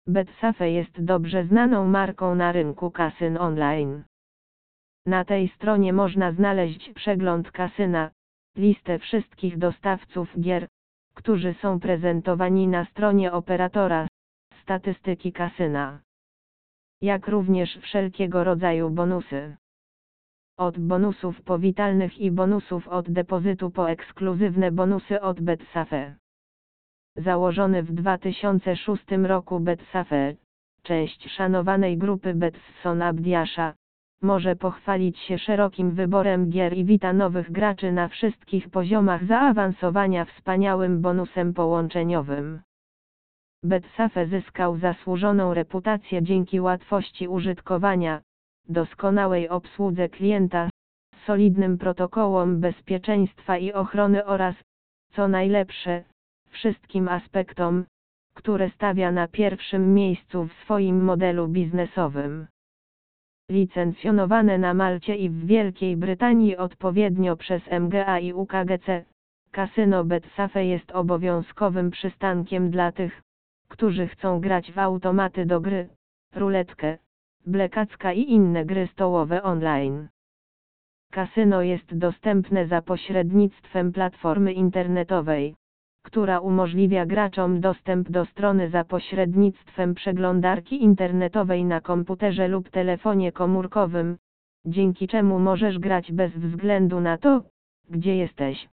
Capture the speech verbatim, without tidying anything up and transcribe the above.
Betsafe jest dobrze znaną marką na rynku kasyn online. Na tej stronie można znaleźć przegląd kasyna, listę wszystkich dostawców gier, którzy są prezentowani na stronie operatora, statystyki kasyna, jak również wszelkiego rodzaju bonusy. Od bonusów powitalnych i bonusów od depozytu po ekskluzywne bonusy od Betsafe. Założony w dwa tysiące szóstym roku Betsafe, część szanowanej grupy Betson Abdiasza, może pochwalić się szerokim wyborem gier i wita nowych graczy na wszystkich poziomach zaawansowania wspaniałym bonusem połączeniowym. Betsafe zyskał zasłużoną reputację dzięki łatwości użytkowania, doskonałej obsłudze klienta, solidnym protokołom bezpieczeństwa i ochrony oraz, co najlepsze, wszystkim aspektom, które stawia na pierwszym miejscu w swoim modelu biznesowym. Licencjonowane na Malcie i w Wielkiej Brytanii odpowiednio przez M G A i U K G C, kasyno Betsafe jest obowiązkowym przystankiem dla tych, którzy chcą grać w automaty do gry, ruletkę, blekacka i inne gry stołowe online. Kasyno jest dostępne za pośrednictwem platformy internetowej, która umożliwia graczom dostęp do strony za pośrednictwem przeglądarki internetowej na komputerze lub telefonie komórkowym, dzięki czemu możesz grać bez względu na to, gdzie jesteś.